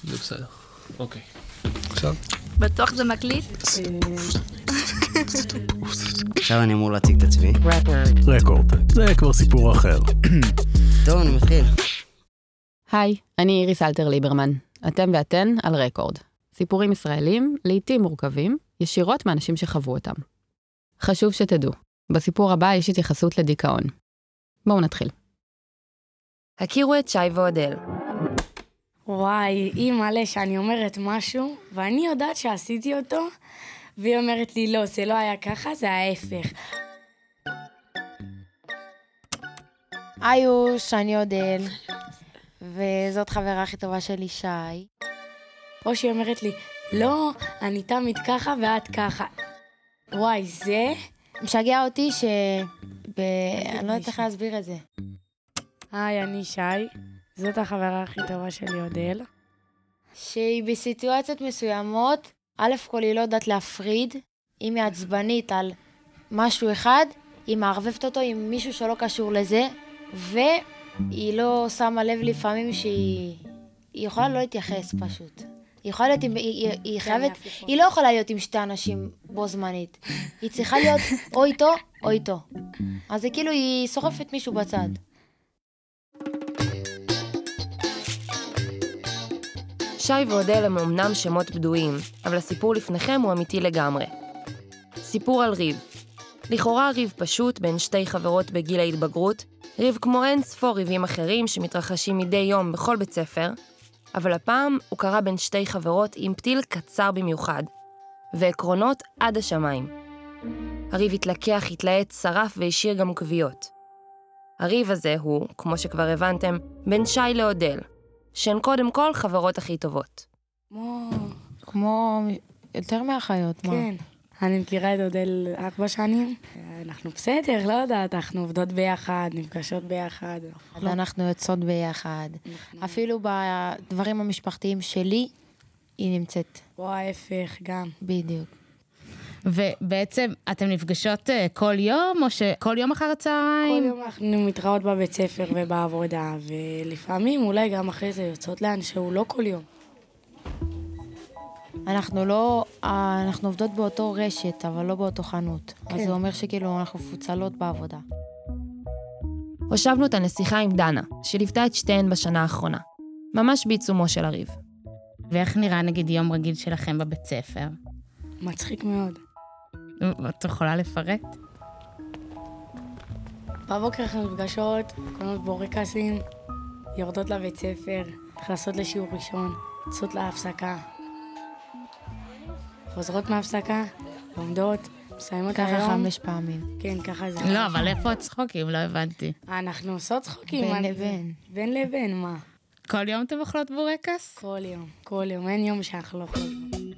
זה בסדר. אוקיי. עכשיו? בטוח זה מקליט? עכשיו אני אמור להציג את עצמי. רקורד. זה כבר סיפור אחר. טוב, אני מתחיל. היי, אני איריס אלתר ליברמן. אתם ואתן על רקורד. סיפורים ישראלים, לעתים מורכבים, ישירות מאנשים שחוו אותם. חשוב שתדעו, בסיפור הבא יש התייחסות לדיכאון. בואו נתחיל. הכירו את שי ואודל. וואי, היא מלא שאני אומרת משהו, ואני יודעת שעשיתי אותו, והיא אומרת לי, לא, זה לא היה ככה, זה ההפך. איוש, אני אודל, וזאת חברה הכי טובה שלי, שי. או שהיא אומרת לי, לא, אני תמיד ככה ואת ככה. וואי, זה... משגע אותי אני לא יודעת איך להסביר את זה. היי, אני שי, זאת החברה הכי טובה שלי, אודל. שהיא בסיטואציות מסוימות, א' כל היא לא יודעת להפריד, אם היא עצבנית על משהו אחד, היא מערבבת אותו עם מישהו שלא קשור לזה, והיא לא שמה לב לפעמים שהיא יכולה לא להתייחס פשוט. היא יכולה להיות היא חייבת, היא לא יכולה להיות עם שתי אנשים בו זמנית. היא צריכה להיות או איתו או איתו. אז זה כאילו היא שורפת מישהו בצד. שי ואודל הם אמנם שמות בדויים, אבל הסיפור לפניכם הוא אמיתי לגמרי. סיפור על ריב. לכאורה ריב פשוט בין שתי חברות בגיל ההתבגרות, ריב כמו אין ספור ריבים אחרים שמתרחשים מדי יום בכל בית ספר, אבל הפעם הוא קרה בין שתי חברות עם פתיל קצר במיוחד, ועקרונות עד השמיים. הריב התלקח, התלהט, שרף והשאיר גם קביעות. הריב הזה הוא, כמו שכבר הבנתם, בין שי לאודל, שהן קודם כל חברות הכי טובות. כמו יותר מהחיות, מה? כן. אני מכירה את אודל 4 שנים. אנחנו בסדר, לא יודעת, אנחנו עובדות ביחד, נפגשות ביחד. אנחנו יוצאות ביחד. אפילו בדברים המשפחתיים שלי, היא נמצאת. או ההפך גם. בדיוק. ובעצם אתם נפגשות כל יום, או שכל יום אחר הצהריים? כל יום אנחנו מתראות בבית ספר ובעבודה, ולפעמים אולי גם אחרי זה יוצאות לאן שהוא לא כל יום. אנחנו עובדות באותו רשת, אבל לא באותו חנות. כן. אז זה אומר שכאילו אנחנו פוצלות בעבודה. הושבנו את הנסיכה עם דנה, שליוותה את שתיהן בשנה האחרונה. ממש בעיצומו של הריב. ואיך נראה נגיד יום רגיל שלכם בבית ספר? מצחיק מאוד. את יכולה לפרט? בבוקר אנחנו נפגשות, קונות בורקסים, יורדות לבית ספר, נכנסות לשיעור ראשון, יוצאות להפסקה. חוזרות מהפסקה, לומדות, מסיימות את היום. ככה 5 פעמים. כן, ככה זה. לא, אבל איפה הצחוקים? לא הבנתי. אנחנו עושות צחוקים. בין לבין. בין לבין, מה? כל יום אתם אוכלות בורקס? כל יום, אין יום שאנחנו לא אוכלות.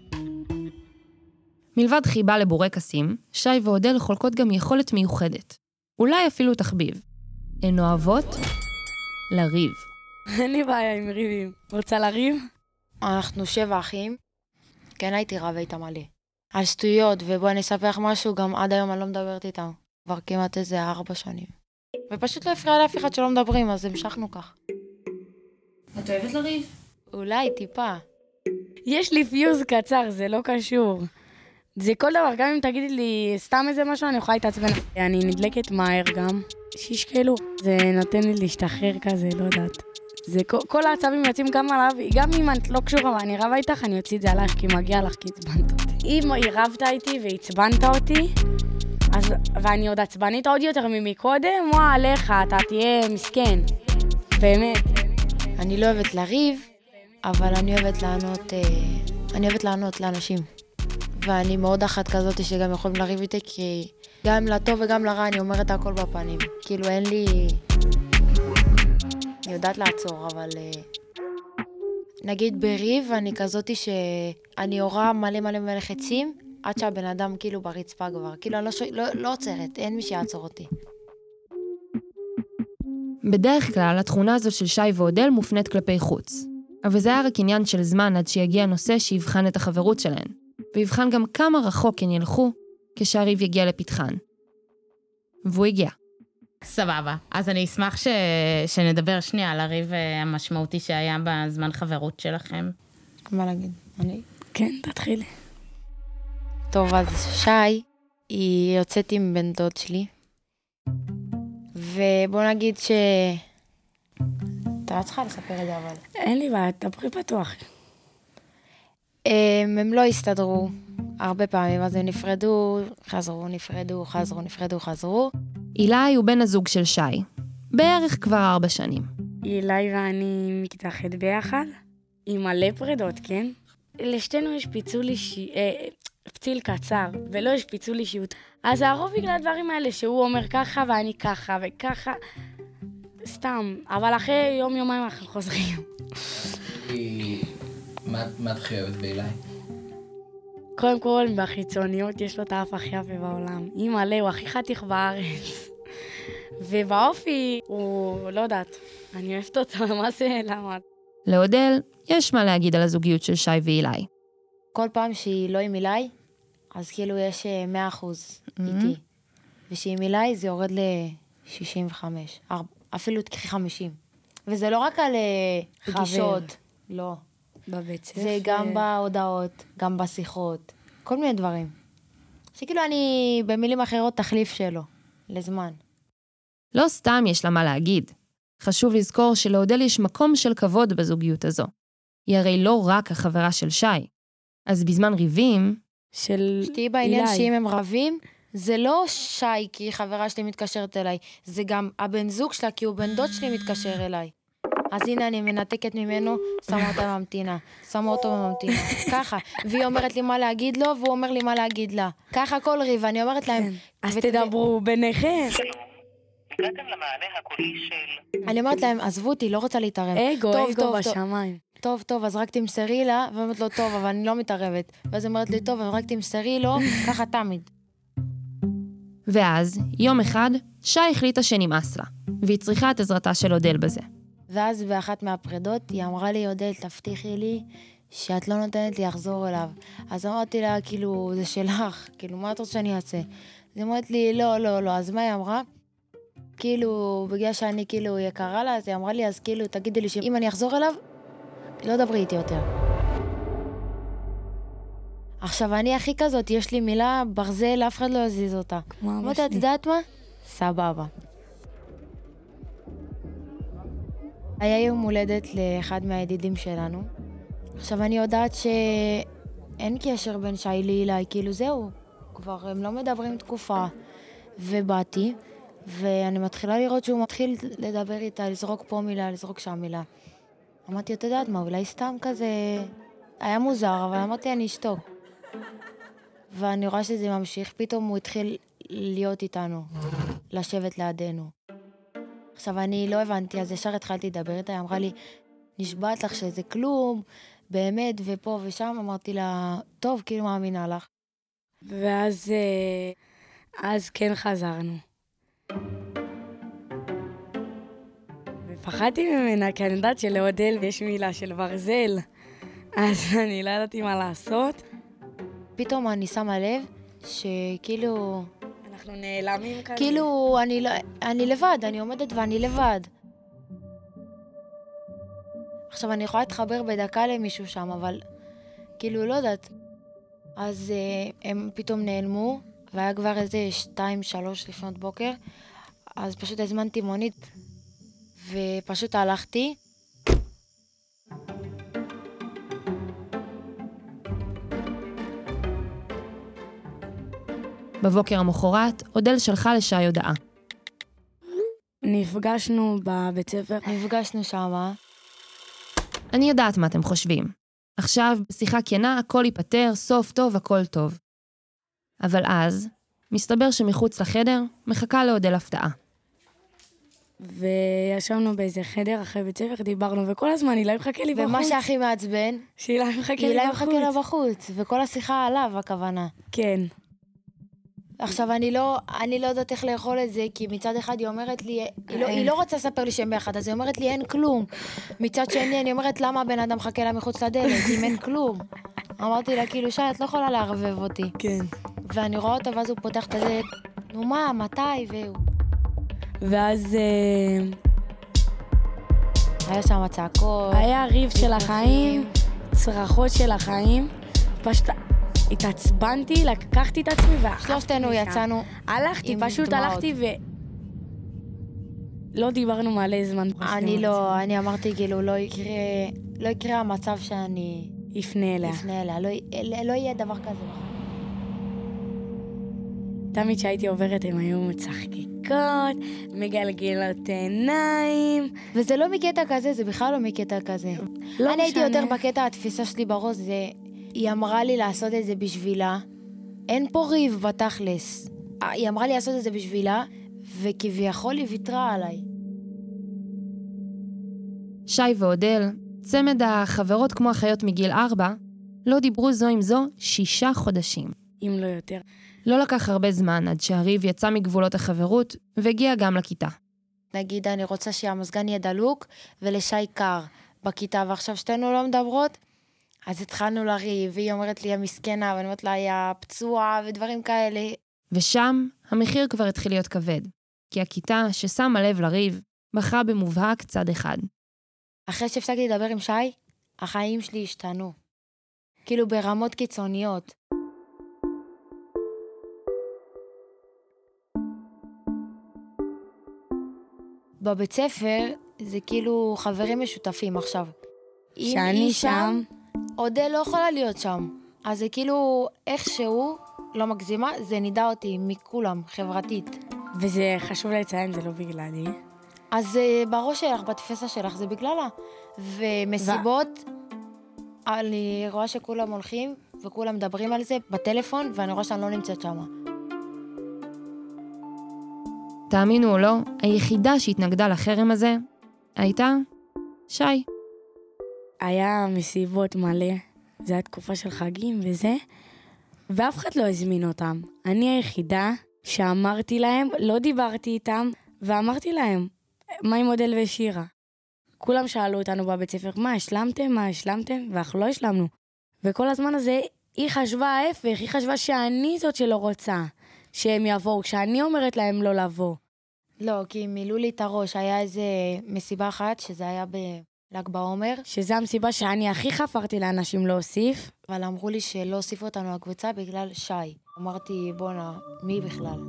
מלבד חיבה לבורקסים, שי ואודל חולקות גם יכולת מיוחדת. אולי אפילו תחביב. הן אוהבות לריב. אין לי בעיה עם ריבים. רוצה לריב? אנחנו 7 אחים. כן, הייתי רבה איתם מלא. על שטויות, ובוא אני אספר לך משהו, גם עד היום אני לא מדברת איתם. כבר כמעט איזה 4 שנים. ופשוט לא הפריע לאף אחד שלא מדברים, אז המשכנו כך. את אוהבת לריב? אולי, טיפה. יש לי פיוז קצר, זה לא קשור. זה כל דבר, גם אם תגידי לי סתם איזה משהו, אני יכולה להתעצבן. אני נדלקת מהר גם, שישקלו. זה נותן לי להשתחרר כזה, לא יודעת. זה כל העצבים יוצאים גם עליו, גם אם את לא קשורה ואני רבה איתך, אני אוציא את זה עלייך כי מגיע לך, כי עצבנת אותי. אם היא רבת איתי והצבנת אותי, ואני עוד עצבנית עוד יותר ממקודם, מה עליך, אתה תהיה מסכן. באמת. אני לא אוהבת לריב, אבל אני אוהבת לענות לאנשים. ואני מאוד אחת כזאת שגם יכולים לריב איתי, כי גם לטוב וגם לרע אני אומרת הכל בפנים. כאילו אין לי... אני יודעת לעצור, אבל... נגיד בריב, אני כזאת שאני אורה מלא חצים, עד שהבן אדם כאילו ברצפה כבר. כאילו אני לא עוצרת, אין מי שיעצור אותי. בדרך כלל, התכונה הזו של שי ואודל מופנית כלפי חוץ. אבל זה היה רק עניין של זמן עד שיגיע נושא שיבחן את החברות שלהן. ויבחן גם כמה רחוק הן ילכו כשהריב יגיע לפתחן. והוא הגיע. סבבה. אז אני אשמח שנדבר שנייה על הריב המשמעותי שהיה בזמן חברות שלכם. מה להגיד? אני? כן, תתחילי. טוב, אז שי, היא יוצאת עם בן דוד שלי, ובוא נגיד אתה לא צריכה לספר את זה, אבל... אין לי בעיה, תדברי פתוח. הם לא הסתדרו הרבה פעמים, אז הם נפרדו, חזרו. אילי הוא בן הזוג של שי, בערך כבר 4 שנים. אילי ואני מכיתה ח' ביחד, עם מלא פרדות, כן? לשתינו יש פציל קצר, ולא יש פיצול אישיות. אז הרוב בגלל הדברים האלה, שהוא אומר ככה ואני ככה וככה, סתם. אבל אחרי יום-יומיים אנחנו חוזרים. מה את חייבת באילי? קודם כל, בחיצוניות יש לו את האף הכי יפה בעולם. היא מלא, הוא הכי חתיך בארץ. ובאופי, הוא לא יודעת, אני אוהבת אותו, מה זה, למה? לאודל יש מה להגיד על הזוגיות של שי ואילי. כל פעם שהיא לא עם אילי, אז כאילו יש 100% איתי. ושהיא עם אילי זה יורד ל-65, אפילו תקחי 50. וזה לא רק על פגישות, לא. בבית ספר. זה גם בהודעות, גם בשיחות, כל מיני דברים. שכאילו אני במילים אחרות תחליף שלו, לזמן. לא סתם יש לה מה להגיד. חשוב לזכור שלאודל יש מקום של כבוד בזוגיות הזו. היא הרי לא רק החברה של שי. אז בזמן ריבים... שתהי בעניין שאם הם רבים, זה לא שי כי חברה שלי מתקשרת אליי, זה גם הבן זוג שלה כי הוא בן דוד שלי מתקשר אליי. אז הנה אני מנתקת ממנו, שמה אותה בממתינה, שמה אותו בממתינה, ככה. והיא אומרת לי מה להגיד לו, והוא אומר לי מה להגיד לה. ככה כל ריב, אני אומרת להם... אז תדברו ביניכם. הגעתם למענה הקולי של... אני אומרת להם, עזבו אותי, לא רוצה להתערב. אגו בשמיים. טוב, אז רק תמסרי לה, ואומרת לו, טוב, אבל אני לא מתערבת. ואז היא אומרת לי, טוב, אבל רק תמסרי לו, ככה תמיד. ואז, יום אחד, שי החליטה שנמאס לה, והיא צריכה את עזרתה של אודל בזה. ואז באחת מהפרדות, היא אמרה לי, אודל, תבטיחי לי שאת לא נותנת לי לחזור אליו. אז אמרתי לה, כאילו, זה שלך, כאילו, מה את רוצה שאני אעשה? אז היא אמרת לי, לא, אז מה היא אמרה? כאילו, בגלל שאני כאילו יקרה לה, אז היא אמרה לי, אז כאילו, תגידי לי שאם אני אחזור אליו, לא דברי איתי יותר. עכשיו, אני הכי כזאת, יש לי מילה ברזל, אף אחד לא יזיז אותה. אמרתי, את יודעת מה? סבבה. היה יום הולדת לאחד מהידידים שלנו. עכשיו, אני יודעת שאין קשר בין שי לאילי, כאילו זהו, כבר הם לא מדברים תקופה. ובאתי, ואני מתחילה לראות שהוא מתחיל לדבר איתה, לזרוק פה מילה, לזרוק שם מילה. אמרתי, אתה יודעת מה, אולי סתם כזה... היה מוזר, אבל אמרתי, אני אשתוק. ואני רואה שזה ממשיך, פתאום הוא התחיל להיות איתנו, לשבת לידינו. עכשיו, אני לא הבנתי, אז ישר התחלתי לדבר איתה, היא אמרה לי, נשבעת לך שזה כלום, באמת, ופה ושם, אמרתי לה, טוב, כאילו מאמינה לך. ואז כן חזרנו. ופחדתי ממנה, כי אני יודעת שלאודל יש מילה של ברזל, אז אני לא ידעתי מה לעשות. פתאום אני שמה לב שכאילו... אנחנו נעלמים כזה. כאילו, אני לבד, אני עומדת ואני לבד. עכשיו, אני יכולה להתחבר בדקה למישהו שם, אבל כאילו, לא יודעת. אז הם פתאום נעלמו, והיה כבר איזה 2-3 לפנות בוקר, אז פשוט הזמנתי מונית, ופשוט הלכתי. בבוקר המחרת, אודל שלחה לשי הודעה. נפגשנו בבית ספר. נפגשנו שמה. אני יודעת מה אתם חושבים. עכשיו, בשיחה כנה, הכל ייפטר, סוף טוב, הכל טוב. אבל אז, מסתבר שמחוץ לחדר, מחכה לאודל הפתעה. וישבנו באיזה חדר אחרי בית ספר, דיברנו, וכל הזמן אילי מחכה לי בחוץ. ומה שהכי מעצבן, שאילי מחכה לי בחוץ. אילי מחכה לה בחוץ, וכל השיחה עליו, הכוונה. כן. עכשיו, אני לא יודעת איך לאכול את זה, כי מצד אחד היא אומרת לי, היא לא רוצה לספר לי שהם ביחד, אז היא אומרת לי, אין כלום. מצד שני, אני אומרת, למה הבן אדם חכה לה מחוץ לדלת, אם אין כלום? אמרתי לה, כאילו, שי, את לא יכולה לערבב אותי. כן. ואני רואה אותו, ואז הוא פותח את הדלת, נו מה, מתי, והוא. ואז... היה שם צעקות. היה ריב של החיים, צרחות של החיים, פשוט התעצבנתי, לקחתי את עצמי והלכתי משם. שלושתנו יצאנו הלכתי, עם פשוט דמעות. הלכתי לא דיברנו מלא זמן. אני אמרתי כאילו לא יקרה המצב שאני יפנה אליה. לא יהיה דבר כזה. תמיד שהייתי עוברת הם היו מצחקקות, מגלגלות עיניים. וזה לא מקטע כזה, זה בכלל לא מקטע כזה. לא אני הייתי משנה. יותר בקטע, התפיסה שלי בראש זה, היא אמרה לי לעשות את זה בשבילה, אין פה ריב בתכלס. היא אמרה לי לעשות את זה בשבילה, וכביכול היא ויתרה עליי. שי ואודל, צמד החברות כמו אחיות מגיל 4, לא דיברו זו עם זו 6 חודשים. אם לא יותר. לא לקח הרבה זמן עד שהריב יצא מגבולות החברות והגיע גם לכיתה. נגיד, אני רוצה שהמזגן יהיה דלוק, ולשי קר בכיתה, ועכשיו שתינו לא מדברות, אז התחלנו לריב, והיא אומרת לי, המסכנה, ואני אומרת לה, היה פצועה ודברים כאלה. ושם המחיר כבר התחיל להיות כבד, כי הכיתה ששמה לב לריב בחרה במובהק צד אחד. אחרי שהפסקתי לדבר עם שי, החיים שלי השתנו. כאילו ברמות קיצוניות. בבית ספר זה כאילו חברים משותפים עכשיו. שאני שם, אודל לא יכולה להיות שם. אז זה כאילו איכשהו, לא מגזימה, זה נידע אותי מכולם, חברתית. וזה חשוב לציין, זה לא בגללי. אז בראש שלך, בתפיסה שלך, זה בגללה. ומסיבות, אני רואה שכולם הולכים, וכולם מדברים על זה בטלפון, ואני רואה שאני לא נמצאת שמה. תאמינו או לא, היחידה שהתנגדה לחרם הזה הייתה שי. היה מסיבות מלא, זה היה תקופה של חגים וזה, ואף אחד לא הזמין אותם. אני היחידה שאמרתי להם, לא דיברתי איתם, ואמרתי להם, מה עם אודל ושירה? כולם שאלו אותנו בבית ספר, מה השלמתם? ואנחנו לא השלמנו. וכל הזמן הזה, היא חשבה ההפך, היא חשבה שאני זאת שלא רוצה שהם יבואו, כשאני אומרת להם לא לבוא. לא, כי הם מילאו לי את הראש, היה איזה מסיבה אחת, שזה היה בל"ג בעומר. שזה המסיבה שאני הכי חפרתי לאנשים להוסיף. אבל אמרו לי שלא הוסיפו אותנו לקבוצה בגלל שי. אמרתי, בונה, מי בכלל?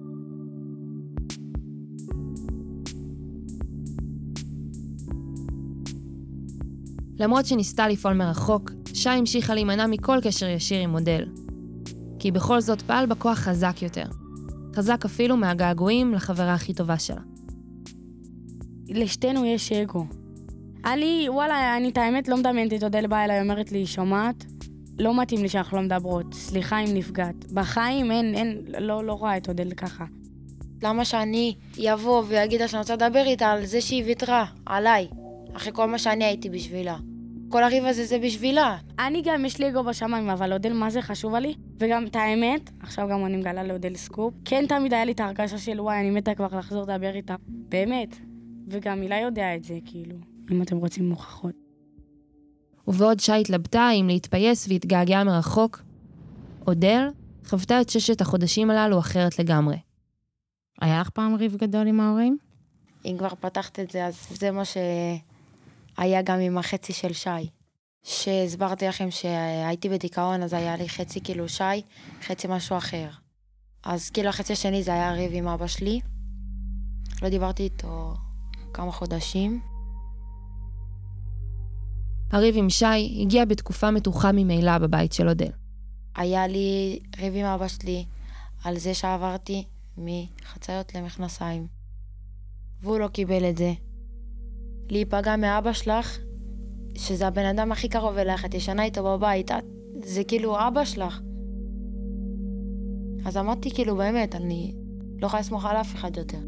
למרות שניסתה לפעול מרחוק, שי המשיכה להימנע מכל קשר ישיר עם אודל. כי בכל זאת פעל בכוח חזק יותר. חזק אפילו מהגעגועים לחברה הכי טובה שלה. לשתינו יש אגו. אני את האמת לא מדמיינת את אודל באה אליי, אומרת לי, שומעת? לא מתאים לי שאנחנו לא מדברות. סליחה אם נפגעת. בחיים לא רואה את אודל ככה. למה שאני יבוא ויגיד לה שאני רוצה לדבר איתה על זה שהיא ויתרה, עליי, אחרי כל מה שאני הייתי בשבילה. כל הריב הזה זה בשבילה. אני גם, יש לי אגו בשמיים, אבל אודל מה זה חשוב לי? וגם את האמת, עכשיו גם אני מגלה לאודל סקופ, כן תמיד היה לי את ההרגשה של וואי, אני מתה כבר לחזור לדבר איתה. באמת. וגם הילה יודע את זה, כאילו, אם אתם רוצים מוכחות. ובעוד שי התלבטה אם להתפייס והתגעגע מרחוק, אודל חוותה את 6 החודשים הללו אחרת לגמרי. היה לך פעם ריב גדול עם ההורים? אם כבר פתחת את זה, אז זה מה שהיה גם עם החצי של שי. שהסברתי לכם שהייתי בדיכאון, אז היה לי חצי כאילו שי, חצי משהו אחר. אז כאילו החצי השני זה היה ריב עם אבא שלי. לא דיברתי איתו כמה חודשים. הריב עם שי הגיע בתקופה מתוחה ממילא בבית של אודל. היה לי ריב עם אבא שלי על זה שעברתי מחציות למכנסיים. והוא לא קיבל את זה. להיפגע מאבא שלך, שזה הבן אדם הכי קרוב אליך, את ישנה איתו בבית, זה כאילו אבא שלך. אז אמרתי כאילו באמת, אני לא יכולה לסמוך על אף אחד יותר.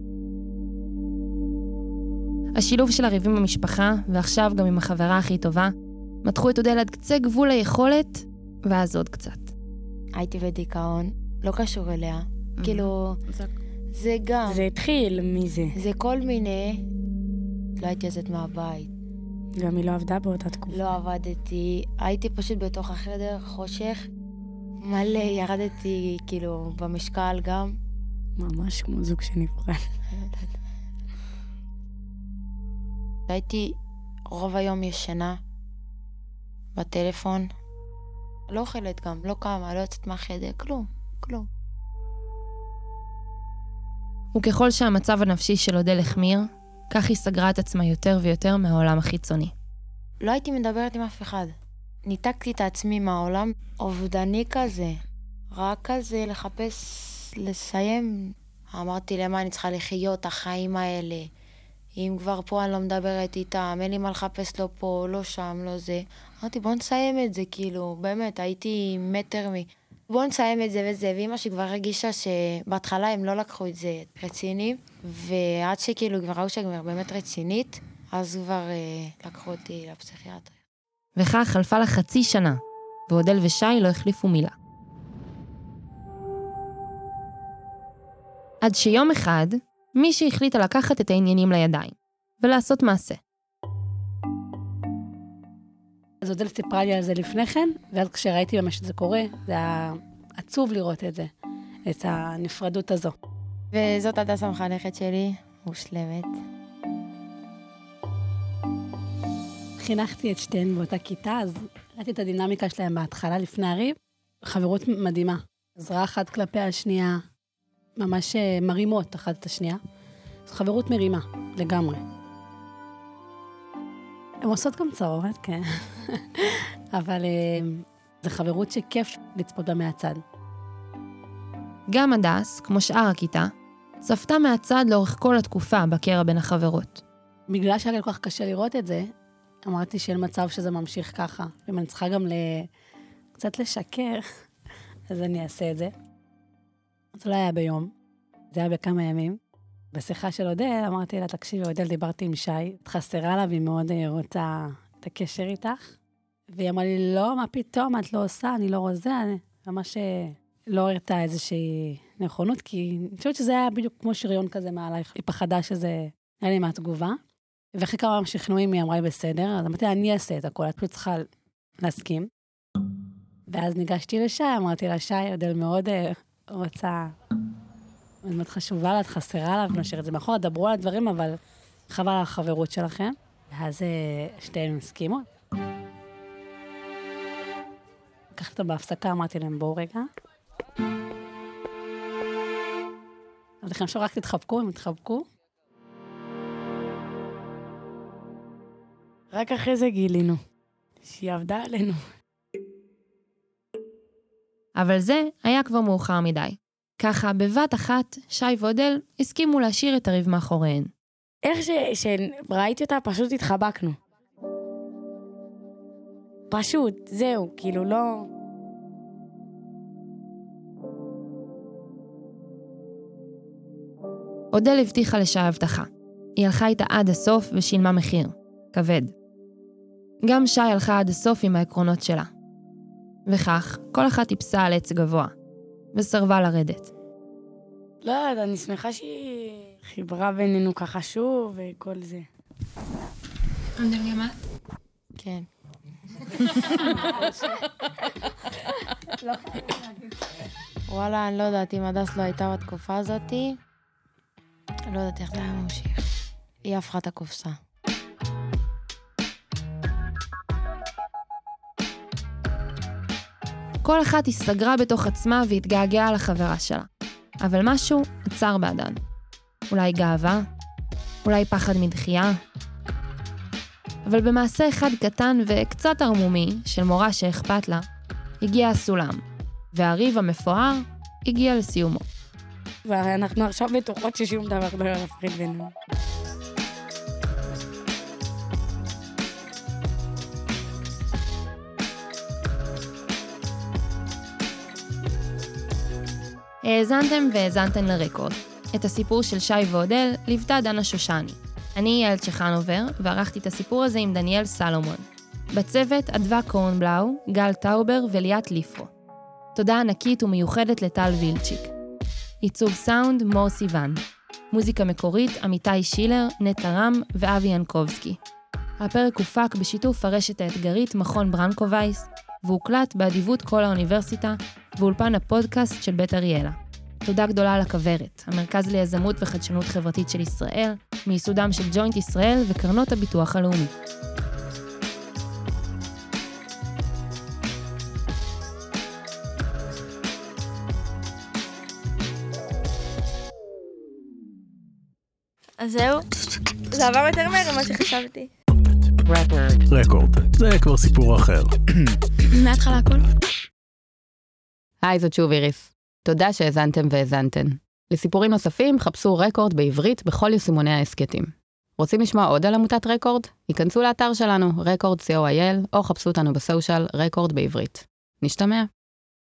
השילוב של הריבים במשפחה, ועכשיו גם עם החברה הכי טובה, מתחו את אודל עד קצה גבול היכולת, ואז עוד קצת. הייתי בדיכאון, לא קשור אליה. כאילו, זה גם. זה התחיל מזה. זה כל מיני. לא הייתי יוצאת מהבית. גם היא לא עבדה באותה תקופה. לא עבדתי. הייתי פשוט בתוך החדר, חושך. מלא, ירדתי כאילו במשקל גם. ממש כמו זוג שנפרד. הייתי רוב היום ישנה. בטלפון. לא אוכלת גם, לא קמה, לא יוצאת מהחדר, כלום. וככל שהמצב הנפשי של אודל החמיר, כך היא סגרה את עצמה יותר ויותר מהעולם החיצוני. לא הייתי מדברת עם אף אחד. ניתקתי את עצמי מהעולם, אובדני כזה. רק כזה לחפש, לסיים. אמרתי למה אני צריכה לחיות החיים האלה. אם כבר פה אני לא מדברת איתם, אין לי מה לחפש לא פה, לא שם, לא זה. אמרתי בוא נסיים את זה, כאילו, באמת, הייתי מטר בוא נסיים את זה וזה, ואמא שכבר הרגישה שבהתחלה הם לא לקחו את זה רציני, ועד שכאילו כבר ראו שכבר באמת רצינית, אז כבר לקחו אותי לפסיכיאטריה. וכך חלפה לה חצי שנה, ואודל ושי לא החליפו מילה. עד שיום אחד, מישהי החליטה לקחת את העניינים לידיים, ולעשות מעשה. אז אודל סיפרה לי על זה לפני כן, ואז כשראיתי ממש שזה קורה, זה היה עצוב לראות את זה, את הנפרדות הזו. וזאת הדס המחנכת שלי, מושלמת. חינכתי את שתיהן באותה כיתה, אז ראיתי את הדינמיקה שלהם בהתחלה לפני הריב, חברות מדהימה. עזרה אחת כלפי השנייה, ממש מרימות אחת את השנייה. זו חברות מרימה, לגמרי. הן עושות גם צרות, כן. אבל זו חברות שכיף לצפות בה מהצד. גם הדס, כמו שאר הכיתה, צפתה מהצד לאורך כל התקופה בקרע בין החברות. בגלל שהיה לי כל כך קשה לראות את זה, אמרתי שאין מצב שזה ממשיך ככה. אם אני צריכה גם קצת לשקר, אז אני אעשה את זה. זה לא היה ביום, זה היה בכמה ימים. בשיחה של אודל, אמרתי לה, תקשיבי, אודל, דיברתי עם שי, את חסרה לה, והיא מאוד רוצה את הקשר איתך. והיא אמרה לי, לא, מה פתאום, את לא עושה, אני לא רוצה, אני ממש לא הראתה איזושהי נכונות, כי אני חושבת שזה היה בדיוק כמו שריון כזה מעלייך. היא פחדה שזה היה לי מהתגובה. ואחרי כמה שכנועים היא אמרה לי בסדר, אז אמרתי לה, אני אעשה את הכל, את פשוט צריכה להסכים. ואז ניגשתי לשי, אמרתי לה, שי, אודל מאוד רוצה, מאוד חשובה לה, את חסרה לה, ונשאיר את זה מאחור, דברו על הדברים, אבל חבל על החברות שלכם. ואז שתיהן הסכימו. לקחתי אותה בהפסקה, אמרתי להם, בואו רגע. אז לכם שרק תתחבקו, הם התחבקו. רק אחרי זה גילינו, שהיא עבדה עלינו. אבל זה היה כבר מאוחר מדי. ככה, בבת אחת, שי ואודל הסכימו להשאיר את הריב מאחוריהן. איך שראיתי אותה, פשוט התחבקנו. פשוט, זהו, כאילו לא... אודל הבטיחה לשי הבטחה. היא הלכה איתה עד הסוף ושילמה מחיר. כבד. גם שי הלכה עד הסוף עם העקרונות שלה. וכך, כל אחת טיפסה על עץ גבוה, וסרבה לרדת. לא יודעת, אני שמחה שהיא חיברה בינינו ככה שוב וכל זה. אודל גם את? כן. וואלה, אני לא יודעת, אם הדס לא הייתה בתקופה הזאת, לא יודעת איך זה היה ממשיך. היא הפכה את הקופסה. כל אחת הסתגרה בתוך עצמה והתגעגעה לחברה שלה. אבל משהו עצר בעדן. אולי גאווה? אולי פחד מדחייה? אבל במעשה אחד קטן וקצת ערמומי של מורה שאכפת לה, הגיע הסולם, והריב המפואר הגיע לסיומו. ואנחנו עכשיו בטוחות ששום דבר לא יפחיד בינינו. האזנתם והאזנתן לרקורד. את הסיפור של שי ואודל ליוותה דנה שושני. אני יעל צ'חנובר, וערכתי את הסיפור הזה עם דניאל סלומון. בצוות אדווה קורנבלאו, גל טאובר וליאת ליפרו. תודה ענקית ומיוחדת לטל וילצ'יק. עיצוב סאונד מור סיוון. מוזיקה מקורית אמיתי שילר, נטע רם ואבי ינקובסקי. הפרק הופק בשיתוף הרשת האתגרית מכון ברנקובייס, והוקלט באדיבות כל האוניברסיטה ואולפן הפודקאסט של בית אריאלה. תודה גדולה לכוורת, המרכז ליזמות וחדשנות חברתית של ישראל, מייסודם של ג'וינט ישראל וקרנות הביטוח הלאומי. אז זהו, זה עבר יותר מהר ממה שחשבתי. רקורד, זה כבר סיפור אחר. מההתחלה הכל. היי, זאת שוב איריס. תודה שהאזנתם והאזנתן. לסיפורים נוספים, חפשו רקורד בעברית בכל יישומוני ההסקטים. רוצים לשמוע עוד על עמותת רקורד? היכנסו לאתר שלנו, record.co.il, או חפשו אותנו בסושיאל רקורד בעברית. נשתמע.